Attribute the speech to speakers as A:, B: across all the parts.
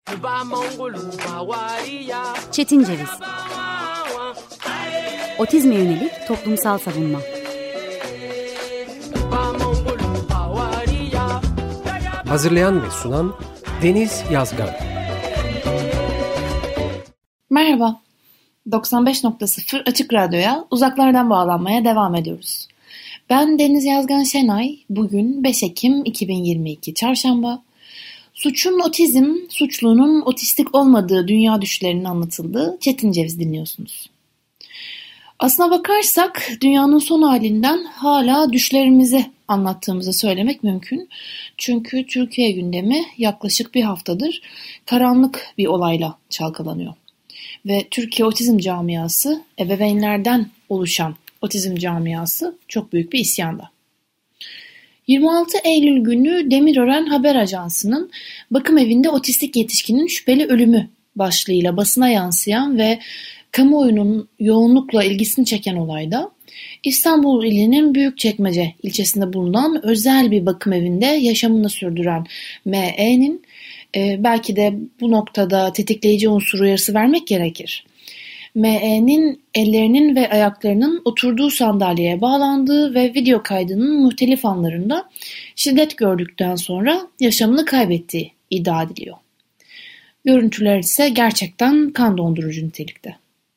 A: Çetin Ceviz. Otizme yönelik toplumsal savunma.
B: Hazırlayan ve sunan Deniz Yazgan.
C: Merhaba. 95.0 Açık Radyo'ya uzaklardan bağlanmaya devam ediyoruz. Ben Deniz Yazgan Şenay. Bugün 5 Ekim 2022 Çarşamba. Suçun otizm, suçlunun otistik olmadığı dünya düşlerinin anlatıldığı Çetin Ceviz dinliyorsunuz. Aslına bakarsak dünyanın son halinden hala düşlerimizi anlattığımızı söylemek mümkün. Çünkü Türkiye gündemi yaklaşık bir haftadır karanlık bir olayla çalkalanıyor. Ve Türkiye Otizm Camiası, ebeveynlerden oluşan otizm camiası çok büyük bir isyanda. 26 Eylül günü Demirören Haber Ajansı'nın bakım evinde otistik yetişkinin şüpheli ölümü başlığıyla basına yansıyan ve kamuoyunun yoğunlukla ilgisini çeken olayda İstanbul ilinin Büyükçekmece ilçesinde bulunan özel bir bakım evinde yaşamını sürdüren M.E.'nin belki de bu noktada tetikleyici unsur uyarısı vermek gerekir. M.E.'nin ellerinin ve ayaklarının oturduğu sandalyeye bağlandığı ve video kaydının muhtelif anlarında şiddet gördükten sonra yaşamını kaybettiği iddia ediliyor. Görüntüler ise gerçekten kan dondurucu nitelikte.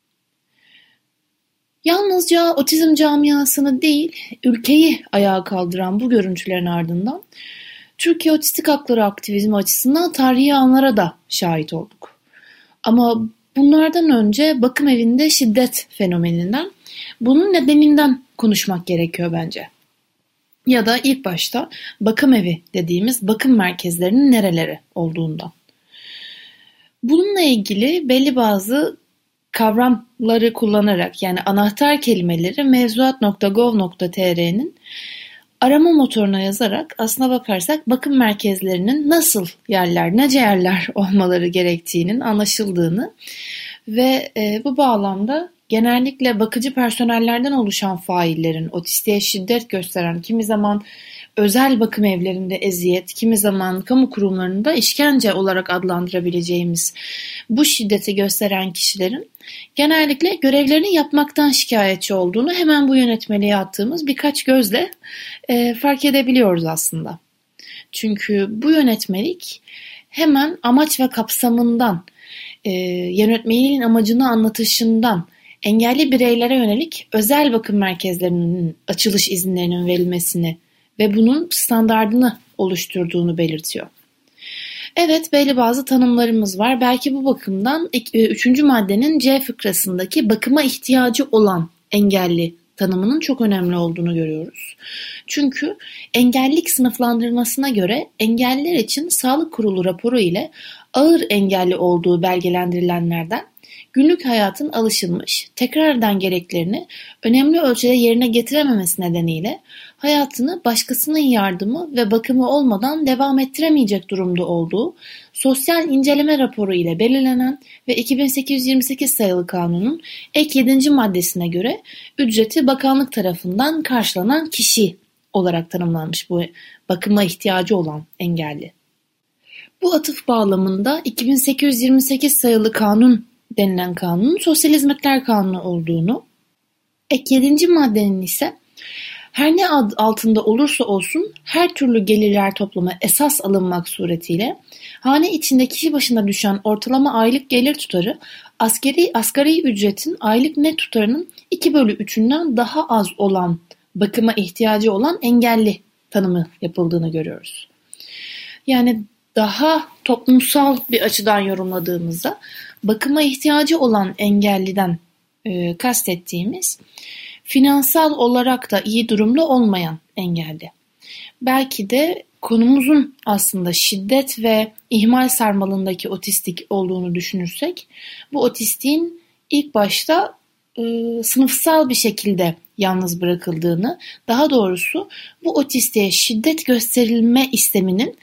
C: Yalnızca otizm camiasını değil, ülkeyi ayağa kaldıran bu görüntülerin ardından Türkiye Otistik Hakları aktivizmi açısından tarihi anlara da şahit olduk. Ama bunlardan önce bakım evinde şiddet fenomeninden, bunun nedeninden konuşmak gerekiyor bence. Ya da ilk başta bakım evi dediğimiz bakım merkezlerinin nereleri olduğundan. Bununla ilgili belli bazı kavramları kullanarak, yani anahtar kelimeleri mevzuat.gov.tr'nin arama motoruna yazarak aslına bakarsak bakım merkezlerinin nasıl yerler, nece yerler olmaları gerektiğinin anlaşıldığını ve bu bağlamda genellikle bakıcı personellerden oluşan faillerin otistiğe şiddet gösteren, kimi zaman özel bakım evlerinde eziyet, kimi zaman kamu kurumlarında işkence olarak adlandırabileceğimiz bu şiddeti gösteren kişilerin genellikle görevlerini yapmaktan şikayetçi olduğunu hemen bu yönetmeliğe attığımız birkaç gözle fark edebiliyoruz aslında. Çünkü bu yönetmelik hemen amaç ve kapsamından, yönetmeliğin amacını anlatışından, engelli bireylere yönelik özel bakım merkezlerinin açılış izinlerinin verilmesini ve bunun standardını oluşturduğunu belirtiyor. Evet, belli bazı tanımlarımız var. Belki bu bakımdan 3. maddenin C fıkrasındaki bakıma ihtiyacı olan engelli tanımının çok önemli olduğunu görüyoruz. Çünkü engellilik sınıflandırmasına göre engelliler için Sağlık Kurulu raporu ile ağır engelli olduğu belgelendirilenlerden günlük hayatın alışılmış, tekrar eden gereklerini önemli ölçüde yerine getirememesi nedeniyle hayatını başkasının yardımı ve bakımı olmadan devam ettiremeyecek durumda olduğu sosyal inceleme raporu ile belirlenen ve 2828 sayılı kanunun ek 7. maddesine göre ücreti bakanlık tarafından karşılanan kişi olarak tanımlanmış bu bakıma ihtiyacı olan engelli. Bu atıf bağlamında 2828 sayılı kanun denilen kanunun Sosyal Hizmetler Kanunu olduğunu, ek 7. maddenin ise her ne ad altında olursa olsun her türlü gelirler toplama esas alınmak suretiyle hane içinde kişi başına düşen ortalama aylık gelir tutarı asgari ücretin aylık net tutarının 2/3'ünden daha az olan bakıma ihtiyacı olan engelli tanımı yapıldığını görüyoruz. Yani daha toplumsal bir açıdan yorumladığımızda bakıma ihtiyacı olan engelliden kastettiğimiz finansal olarak da iyi durumda olmayan engelli. Belki de konumuzun aslında şiddet ve ihmal sarmalındaki otistik olduğunu düşünürsek bu otistiğin ilk başta sınıfsal bir şekilde yalnız bırakıldığını, daha doğrusu bu otistiğe şiddet gösterilme isteminin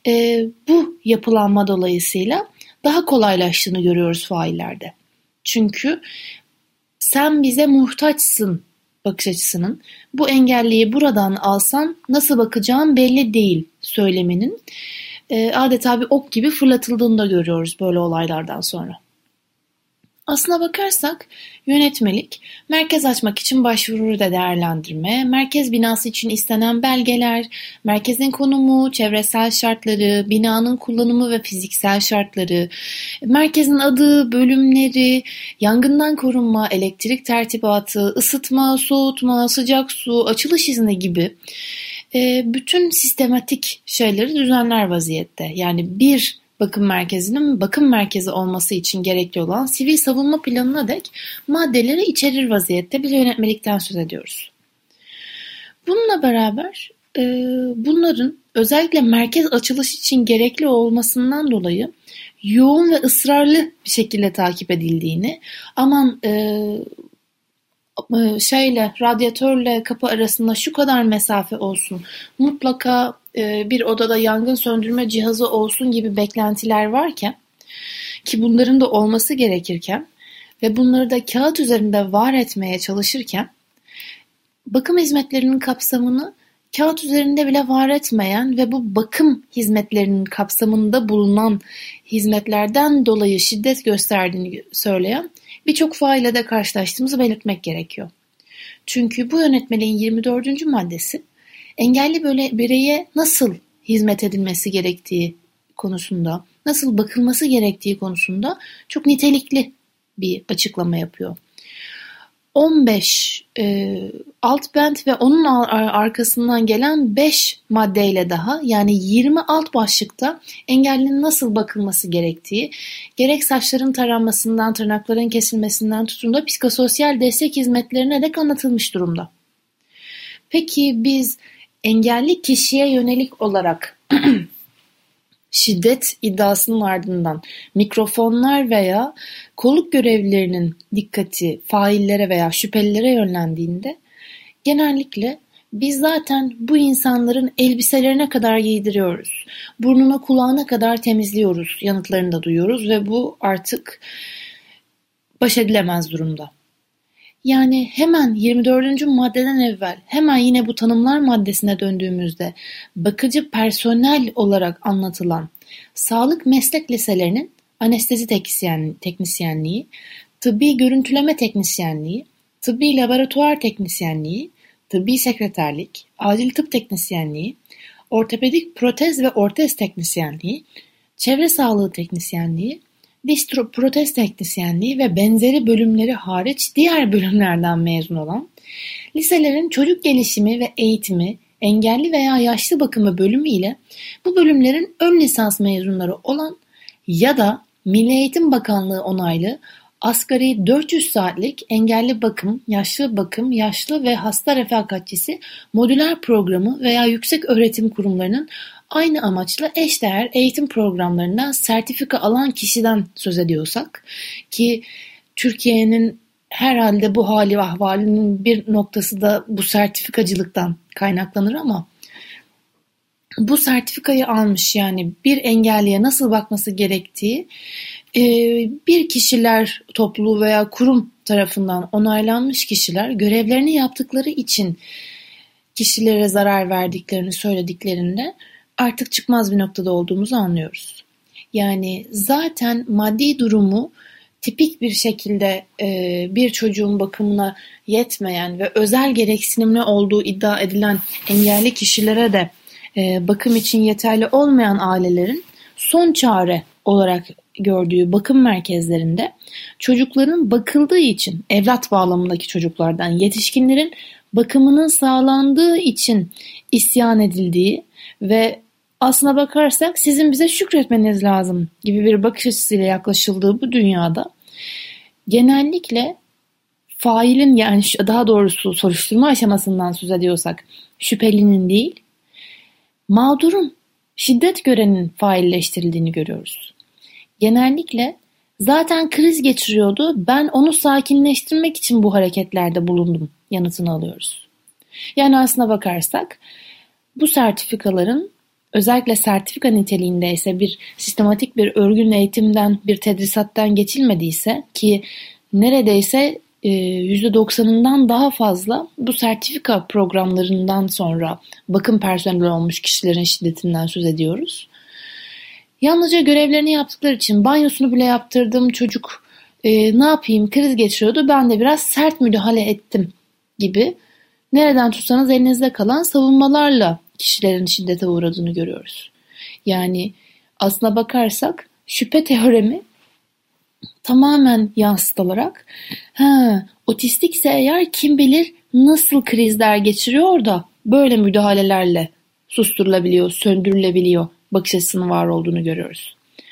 C: bu yapılanma dolayısıyla daha kolaylaştığını görüyoruz faillerde. Çünkü sen bize muhtaçsın bakış açısının, bu engelliyi buradan alsan nasıl bakacağın belli değil söyleminin adeta bir ok gibi fırlatıldığını da görüyoruz böyle olaylardan sonra. Aslına bakarsak yönetmelik, merkez açmak için başvuru da değerlendirme, merkez binası için istenen belgeler, merkezin konumu, çevresel şartları, binanın kullanımı ve fiziksel şartları, merkezin adı, bölümleri, yangından korunma, elektrik tertibatı, ısıtma, soğutma, sıcak su, açılış izni gibi bütün sistematik şeyleri düzenler vaziyette. Yani bir bakım merkezinin bakım merkezi olması için gerekli olan sivil savunma planına dek maddeleri içerir vaziyette bir yönetmelikten söz ediyoruz. Bununla beraber bunların özellikle merkez açılış için gerekli olmasından dolayı yoğun ve ısrarlı bir şekilde takip edildiğini, aman radyatörle kapı arasında şu kadar mesafe olsun, mutlaka bir odada yangın söndürme cihazı olsun gibi beklentiler varken, ki bunların da olması gerekirken ve bunları da kağıt üzerinde var etmeye çalışırken, bakım hizmetlerinin kapsamını kağıt üzerinde bile var etmeyen ve bu bakım hizmetlerinin kapsamında bulunan hizmetlerden dolayı şiddet gösterdiğini söyleyen birçok faille de karşılaştığımızı belirtmek gerekiyor. Çünkü bu yönetmeliğin 24. maddesi engelli bireye nasıl hizmet edilmesi gerektiği konusunda, nasıl bakılması gerektiği konusunda çok nitelikli bir açıklama yapıyor. 15 alt bend ve onun arkasından gelen 5 maddeyle daha, yani 20 alt başlıkta engellinin nasıl bakılması gerektiği, gerek saçların taranmasından, tırnakların kesilmesinden tutun da psikososyal destek hizmetlerine dek anlatılmış durumda. Peki biz engelli kişiye yönelik olarak şiddet iddiasının ardından mikrofonlar veya kolluk görevlilerinin dikkati faillere veya şüphelilere yönlendiğinde genellikle biz zaten bu insanların elbiselerine kadar giydiriyoruz, burnuna kulağına kadar temizliyoruz yanıtlarını da duyuyoruz ve bu artık baş edilemez durumda. Yani hemen 24. maddeden evvel hemen yine bu tanımlar maddesine döndüğümüzde bakıcı personel olarak anlatılan sağlık meslek liselerinin anestezi teknisyenliği, tıbbi görüntüleme teknisyenliği, tıbbi laboratuvar teknisyenliği, tıbbi sekreterlik, acil tıp teknisyenliği, ortopedik protez ve ortez teknisyenliği, çevre sağlığı teknisyenliği, diş protez teknisyenliği ve benzeri bölümleri hariç diğer bölümlerden mezun olan, liselerin çocuk gelişimi ve eğitimi, engelli veya yaşlı bakımı bölümü ile bu bölümlerin ön lisans mezunları olan ya da Milli Eğitim Bakanlığı onaylı asgari 400 saatlik engelli bakım, yaşlı ve hasta refakatçisi modüler programı veya yüksek öğretim kurumlarının aynı amaçla eşdeğer eğitim programlarından sertifika alan kişiden söz ediyorsak, ki Türkiye'nin herhalde bu hali ve ahvalinin bir noktası da bu sertifikacılıktan kaynaklanır ama bu sertifikayı almış, yani bir engelliye nasıl bakması gerektiği bir kişiler topluluğu veya kurum tarafından onaylanmış kişiler görevlerini yaptıkları için kişilere zarar verdiklerini söylediklerinde artık çıkmaz bir noktada olduğumuzu anlıyoruz. Yani zaten maddi durumu tipik bir şekilde bir çocuğun bakımına yetmeyen ve özel gereksinimli olduğu iddia edilen engelli kişilere de bakım için yeterli olmayan ailelerin son çare olarak gördüğü bakım merkezlerinde çocukların bakıldığı için, evlat bağlamındaki çocuklardan yetişkinlerin bakımının sağlandığı için isyan edildiği ve aslına bakarsak sizin bize şükretmeniz lazım gibi bir bakış açısıyla yaklaşıldığı bu dünyada genellikle failin, yani daha doğrusu soruşturma aşamasından söz ediyorsak şüphelinin değil, mağdurun, şiddet görenin failleştirildiğini görüyoruz. Genellikle zaten kriz geçiriyordu, ben onu sakinleştirmek için bu hareketlerde bulundum yanıtını alıyoruz. Yani aslına bakarsak bu sertifikaların özellikle sertifika niteliğinde ise bir sistematik bir örgün eğitimden, bir tedrisattan geçilmediyse, ki neredeyse %90'ından daha fazla bu sertifika programlarından sonra bakım personeli olmuş kişilerin şiddetinden söz ediyoruz. Yalnızca görevlerini yaptıkları için banyosunu bile yaptırdım, çocuk ne yapayım kriz geçiriyordu, ben de biraz sert müdahale ettim gibi nereden tutsanız elinizde kalan savunmalarla kişilerin şiddete uğradığını görüyoruz. Yani aslına bakarsak şüphe teoremi tamamen yansıtılarak otistikse eğer kim bilir nasıl krizler geçiriyor da böyle müdahalelerle susturulabiliyor, söndürülebiliyor bakış açısının var olduğunu görüyoruz.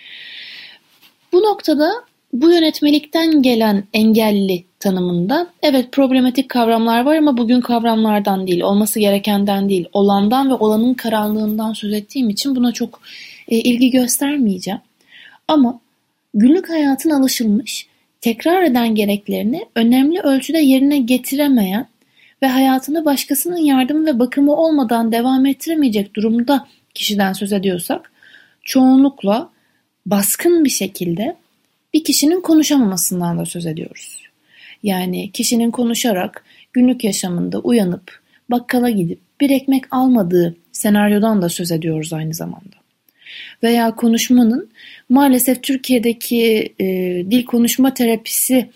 C: Bu noktada bu yönetmelikten gelen engelli tanımında evet problematik kavramlar var ama bugün kavramlardan değil, olması gerekenden değil, olandan ve olanın karanlığından söz ettiğim için buna çok ilgi göstermeyeceğim. Ama günlük hayatın alışılmış, tekrar eden gereklerini önemli ölçüde yerine getiremeyen ve hayatını başkasının yardımı ve bakımı olmadan devam ettiremeyecek durumda kişiden söz ediyorsak, çoğunlukla baskın bir şekilde bir kişinin konuşamamasından da söz ediyoruz. Yani kişinin konuşarak günlük yaşamında uyanıp bakkala gidip bir ekmek almadığı senaryodan da söz ediyoruz aynı zamanda. Veya konuşmanın maalesef Türkiye'deki dil konuşma terapisi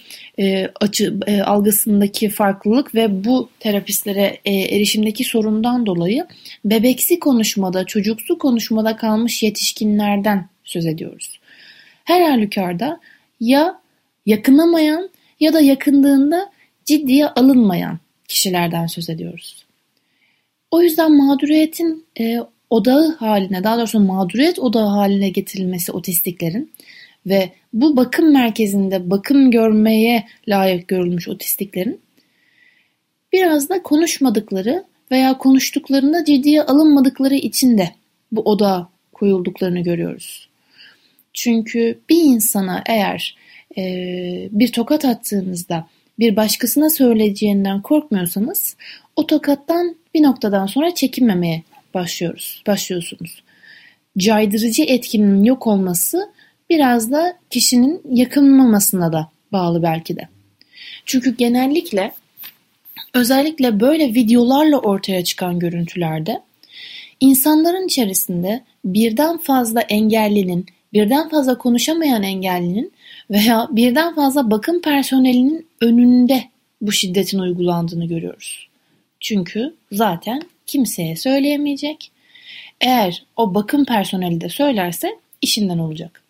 C: algısındaki farklılık ve bu terapistlere erişimdeki sorundan dolayı bebeksi konuşmada, çocuksu konuşmada kalmış yetişkinlerden söz ediyoruz. Her halükarda ya yakınamayan ya da yakındığında ciddiye alınmayan kişilerden söz ediyoruz. O yüzden mağduriyetin odağı haline, daha doğrusu mağduriyet odağı haline getirilmesi otistiklerin ve bu bakım merkezinde bakım görmeye layık görülmüş otistiklerin biraz da konuşmadıkları veya konuştuklarında ciddiye alınmadıkları için de bu odağa koyulduklarını görüyoruz. Çünkü bir insana eğer bir tokat attığınızda bir başkasına söyleyeceğinden korkmuyorsanız o tokattan bir noktadan sonra çekinmemeye başlıyorsunuz. Caydırıcı etkinin yok olması biraz da kişinin yakınmamasına da bağlı belki de. Çünkü genellikle özellikle böyle videolarla ortaya çıkan görüntülerde insanların içerisinde birden fazla engellinin, birden fazla konuşamayan engellinin veya birden fazla bakım personelinin önünde bu şiddetin uygulandığını görüyoruz. Çünkü zaten kimseye söyleyemeyecek. Eğer o bakım personeli de söylerse işinden olacak.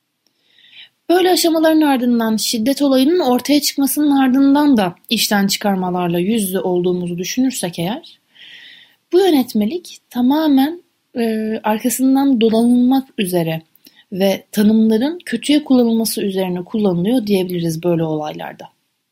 C: Böyle aşamaların ardından şiddet olayının ortaya çıkmasının ardından da işten çıkarmalarla yüz yüze olduğumuzu düşünürsek eğer, bu yönetmelik tamamen arkasından dolanılmak üzere ve tanımların kötüye kullanılması üzerine kullanılıyor diyebiliriz böyle olaylarda.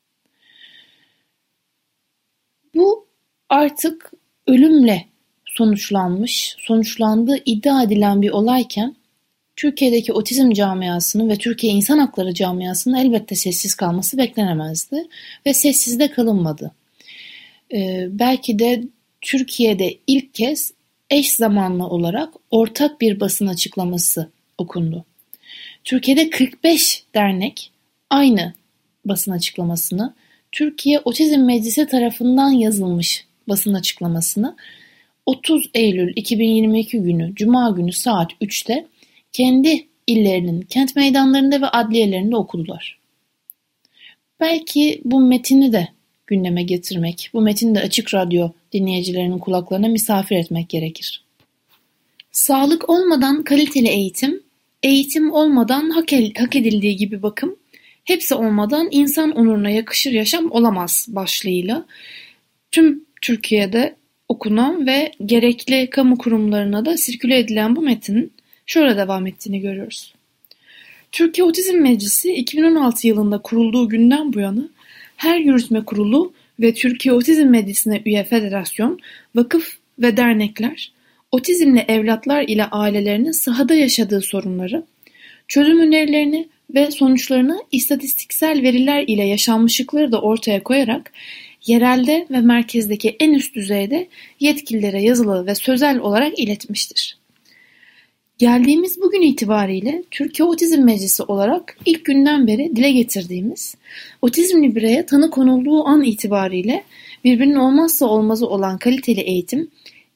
C: Bu artık ölümle sonuçlandığı iddia edilen bir olayken Türkiye'deki otizm camiasının ve Türkiye İnsan Hakları camiasının elbette sessiz kalması beklenemezdi ve sessiz de kalınmadı. Belki de Türkiye'de ilk kez eş zamanlı olarak ortak bir basın açıklaması okundu. Türkiye'de 45 dernek aynı basın açıklamasını, Türkiye Otizm Meclisi tarafından yazılmış basın açıklamasını 30 Eylül 2022 günü Cuma günü saat 3'te kendi illerinin kent meydanlarında ve adliyelerinde okudular. Belki bu metini de gündeme getirmek, bu metini de Açık Radyo dinleyicilerinin kulaklarına misafir etmek gerekir. Sağlık olmadan kaliteli eğitim, eğitim olmadan hak edildiği gibi bakım, hepsi olmadan insan onuruna yakışır yaşam olamaz başlığıyla tüm Türkiye'de okunan ve gerekli kamu kurumlarına da sirküle edilen bu metnin şöyle devam ettiğini görüyoruz. Türkiye Otizm Meclisi 2016 yılında kurulduğu günden bu yana her yürütme kurulu ve Türkiye Otizm Meclisi'ne üye federasyon, vakıf ve dernekler, otizmli evlatlar ile ailelerinin sahada yaşadığı sorunları, çözüm önerilerini ve sonuçlarını istatistiksel veriler ile yaşanmışlıkları da ortaya koyarak yerelde ve merkezdeki en üst düzeyde yetkililere yazılı ve sözel olarak iletmiştir. Geldiğimiz bugün itibariyle Türkiye Otizm Meclisi olarak ilk günden beri dile getirdiğimiz, otizmli bireye tanı konulduğu an itibariyle birbirinin olmazsa olmazı olan kaliteli eğitim,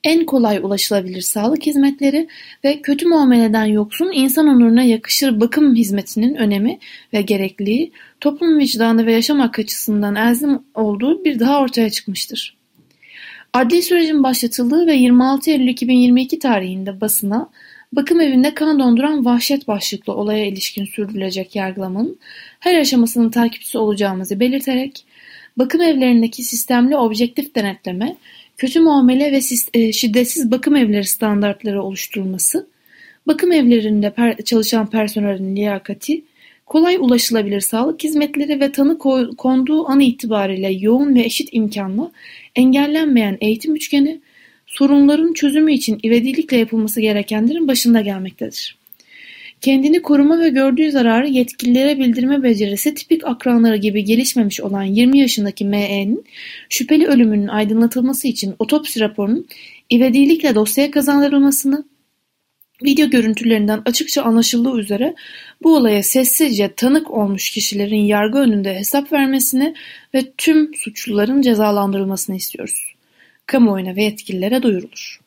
C: en kolay ulaşılabilir sağlık hizmetleri ve kötü muameleden yoksun insan onuruna yakışır bakım hizmetinin önemi ve gerekliliği toplum vicdanı ve yaşam hakkı açısından elzem olduğu bir daha ortaya çıkmıştır. Adli sürecin başlatıldığı ve 26 Eylül 2022 tarihinde basına bakım evinde kan donduran vahşet başlıklı olaya ilişkin sürdürülecek yargılamanın her aşamasının takipçisi olacağımızı belirterek bakım evlerindeki sistemli objektif denetleme, kötü muamele ve şiddetsiz bakım evleri standartları oluşturulması, bakım evlerinde çalışan personelin liyakati, kolay ulaşılabilir sağlık hizmetleri ve tanı konduğu an itibariyle yoğun ve eşit imkanla engellenmeyen eğitim üçgeni, sorunların çözümü için ivedilikle yapılması gerekenlerin başında gelmektedir. Kendini koruma ve gördüğü zararı yetkililere bildirme becerisi tipik akranları gibi gelişmemiş olan 20 yaşındaki M.E.'nin şüpheli ölümünün aydınlatılması için otopsi raporunun ivedilikle dosyaya kazandırılmasını, video görüntülerinden açıkça anlaşıldığı üzere bu olaya sessizce tanık olmuş kişilerin yargı önünde hesap vermesini ve tüm suçluların cezalandırılmasını istiyoruz. Kamuoyuna ve yetkililere duyurulur.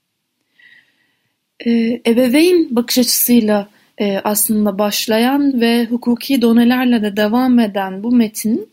C: Ebeveyn bakış açısıyla aslında başlayan ve hukuki donelerle de devam eden bu metin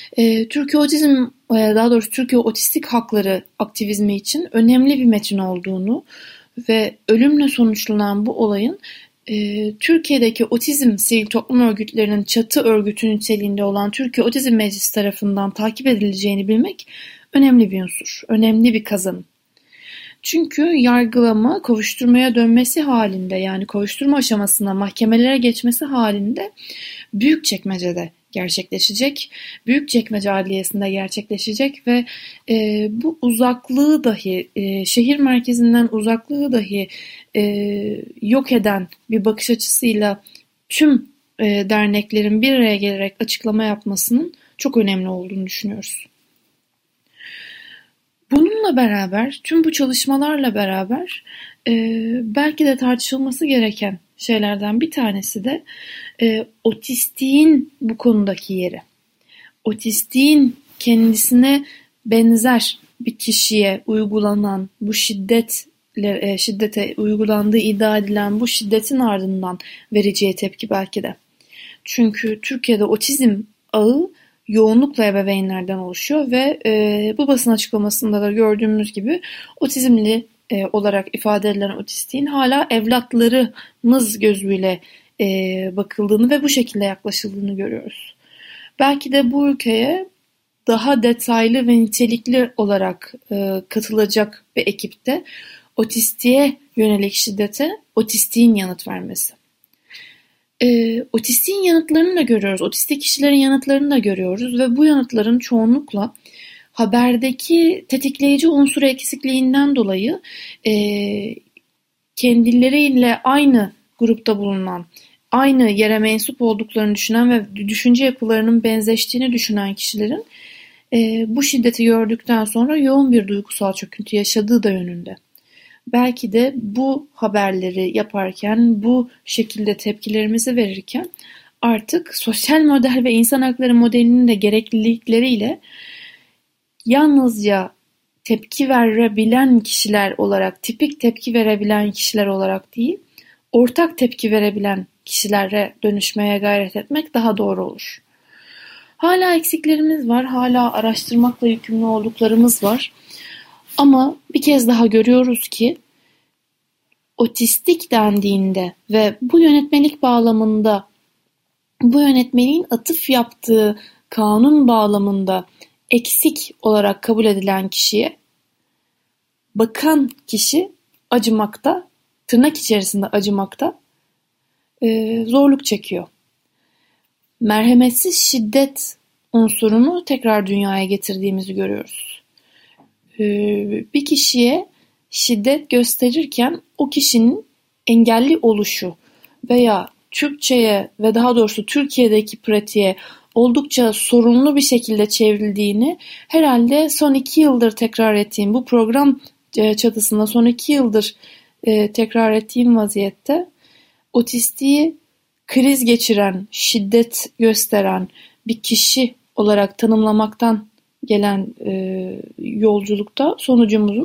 C: Türkiye Otistik Hakları aktivizmi için önemli bir metin olduğunu ve ölümle sonuçlanan bu olayın Türkiye'deki otizm sivil toplum örgütlerinin çatı örgütü niteliğinde olan Türkiye Otizm Meclisi tarafından takip edileceğini bilmek önemli bir unsur, önemli bir kazanım. Çünkü yargılama kovuşturmaya dönmesi halinde, yani kovuşturma aşamasına mahkemelere geçmesi halinde Büyükçekmece'de gerçekleşecek. Büyükçekmece Adliyesi'nde gerçekleşecek ve bu uzaklığı dahi, şehir merkezinden uzaklığı dahi yok eden bir bakış açısıyla tüm derneklerin bir araya gelerek açıklama yapmasının çok önemli olduğunu düşünüyoruz. Bununla beraber, tüm bu çalışmalarla beraber belki de tartışılması gereken şeylerden bir tanesi de otistiğin bu konudaki yeri. Otistiğin kendisine benzer bir kişiye uygulanan bu şiddete uygulandığı iddia edilen bu şiddetin ardından vereceği tepki belki de. Çünkü Türkiye'de otizm ağı yoğunlukla ebeveynlerden oluşuyor ve bu basın açıklamasında da gördüğümüz gibi otizmli olarak ifade edilen otistiğin hala evlatlarımız gözüyle bakıldığını ve bu şekilde yaklaşıldığını görüyoruz. Belki de bu ülkeye daha detaylı ve nitelikli olarak katılacak bir ekipte otistiğe yönelik şiddete otistiğin yanıt vermesi. Otistiğin yanıtlarını da görüyoruz. Otistik kişilerin yanıtlarını da görüyoruz ve bu yanıtların çoğunlukla haberdeki tetikleyici unsur eksikliğinden dolayı kendileriyle aynı grupta bulunan, aynı yere mensup olduklarını düşünen ve düşünce yapılarının benzeştiğini düşünen kişilerin bu şiddeti gördükten sonra yoğun bir duygusal çöküntü yaşadığı da yönünde. Belki de bu haberleri yaparken, bu şekilde tepkilerimizi verirken artık sosyal model ve insan hakları modelinin de gereklilikleriyle yalnızca tepki verebilen kişiler olarak, tipik tepki verebilen kişiler olarak değil, ortak tepki verebilen kişilere dönüşmeye gayret etmek daha doğru olur. Hala eksiklerimiz var, hala araştırmakla yükümlü olduklarımız var. Ama bir kez daha görüyoruz ki otistik dendiğinde ve bu yönetmelik bağlamında, bu yönetmeliğin atıf yaptığı kanun bağlamında eksik olarak kabul edilen kişiye bakan kişi acımakta, tırnak içerisinde acımakta zorluk çekiyor. Merhametsiz şiddet unsurunu tekrar dünyaya getirdiğimizi görüyoruz. Bir kişiye şiddet gösterirken o kişinin engelli oluşu veya Türkçe'ye ve daha doğrusu Türkiye'deki pratiğe oldukça sorunlu bir şekilde çevrildiğini herhalde son 2 yıldır tekrar ettiğim bu program çatısında son 2 yıldır tekrar ettiğim vaziyette otistiği kriz geçiren, şiddet gösteren bir kişi olarak tanımlamaktan gelen yolculukta sonucumuzun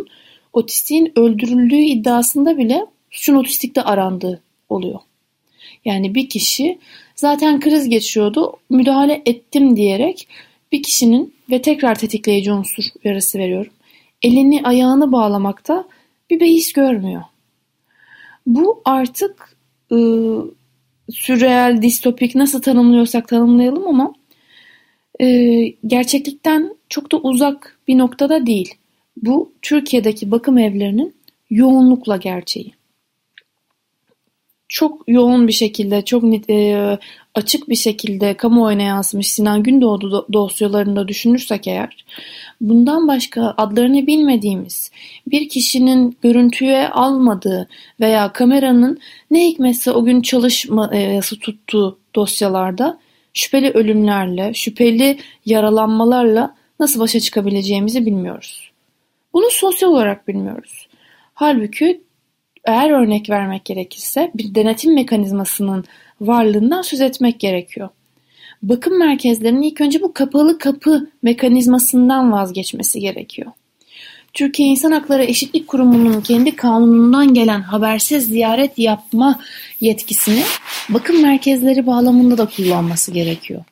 C: Otistiğin öldürüldüğü iddiasında bile suçun otistikte arandığı oluyor. Yani bir kişi zaten kriz geçiyordu, müdahale ettim diyerek bir kişinin ve tekrar tetikleyici unsur uyarısı veriyorum. Elini ayağını bağlamakta bir beis görmüyor. Bu artık sürreal, distopik nasıl tanımlıyorsak tanımlayalım ama gerçeklikten çok da uzak bir noktada değil. Bu Türkiye'deki bakım evlerinin yoğunlukla gerçeği. Çok yoğun bir şekilde, çok açık bir şekilde kamuoyuna yansımış Sinan Gündoğdu dosyalarında düşünürsek eğer, bundan başka adlarını bilmediğimiz bir kişinin görüntüye almadığı veya kameranın ne hikmetse o gün çalışması tuttuğu dosyalarda şüpheli ölümlerle, şüpheli yaralanmalarla nasıl başa çıkabileceğimizi bilmiyoruz. Bunu sosyal olarak bilmiyoruz. Halbuki eğer örnek vermek gerekirse bir denetim mekanizmasının varlığından söz etmek gerekiyor. Bakım merkezlerinin ilk önce bu kapalı kapı mekanizmasından vazgeçmesi gerekiyor. Türkiye İnsan Hakları Eşitlik Kurumu'nun kendi kanunundan gelen habersiz ziyaret yapma yetkisini bakım merkezleri bağlamında da kullanması gerekiyor.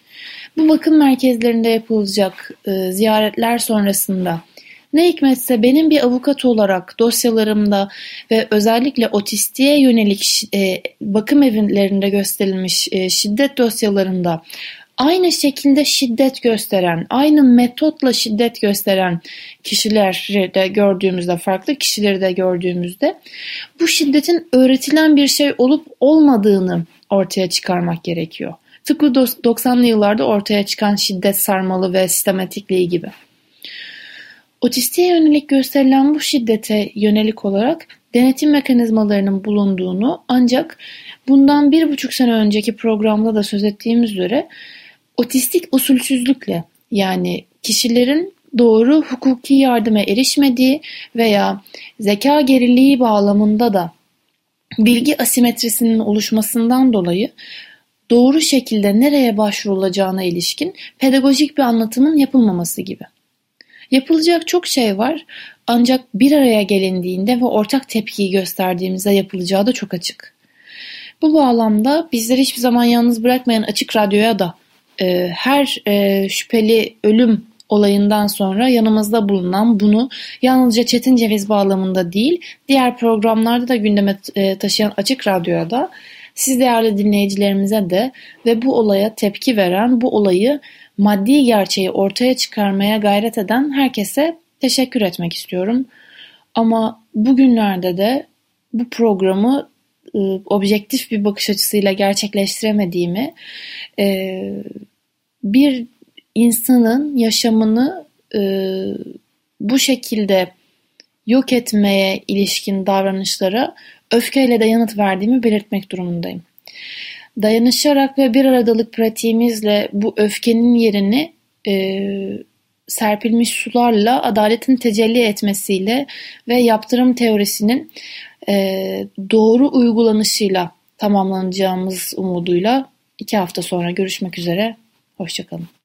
C: Bu bakım merkezlerinde yapılacak ziyaretler sonrasında ne hikmetse benim bir avukat olarak dosyalarımda ve özellikle otistiğe yönelik bakım evlerinde gösterilmiş şiddet dosyalarında aynı şekilde şiddet gösteren, aynı metotla şiddet gösteren kişileri de gördüğümüzde, farklı kişileri de gördüğümüzde bu şiddetin öğretilen bir şey olup olmadığını ortaya çıkarmak gerekiyor. Tıpkı 90'lı yıllarda ortaya çıkan şiddet sarmalı ve sistematikliği gibi. Otistiğe yönelik gösterilen bu şiddete yönelik olarak denetim mekanizmalarının bulunduğunu, ancak bundan 1,5 sene önceki programda da söz ettiğimiz üzere otistik usulsüzlükle, yani kişilerin doğru hukuki yardıma erişmediği veya zeka geriliği bağlamında da bilgi asimetrisinin oluşmasından dolayı doğru şekilde nereye başvurulacağına ilişkin pedagojik bir anlatımın yapılmaması gibi. Yapılacak çok şey var, ancak bir araya gelindiğinde ve ortak tepkiyi gösterdiğimizde yapılacağı da çok açık. Bu bağlamda bizleri hiçbir zaman yalnız bırakmayan Açık Radyo'ya da her şüpheli ölüm olayından sonra yanımızda bulunan, bunu yalnızca Çetin Ceviz bağlamında değil, diğer programlarda da gündeme taşıyan Açık Radyo'ya da, siz değerli dinleyicilerimize de ve bu olaya tepki veren, bu olayı maddi gerçeği ortaya çıkarmaya gayret eden herkese teşekkür etmek istiyorum. Ama bugünlerde de bu programı objektif bir bakış açısıyla gerçekleştiremediğimi, bir insanın yaşamını bu şekilde yok etmeye ilişkin davranışlara öfkeyle de yanıt verdiğimi belirtmek durumundayım. Dayanışarak ve bir aradalık pratiğimizle bu öfkenin yerini serpilmiş sularla adaletin tecelli etmesiyle ve yaptırım teorisinin doğru uygulanışıyla tamamlanacağımız umuduyla 2 hafta sonra görüşmek üzere. Hoşça kalın.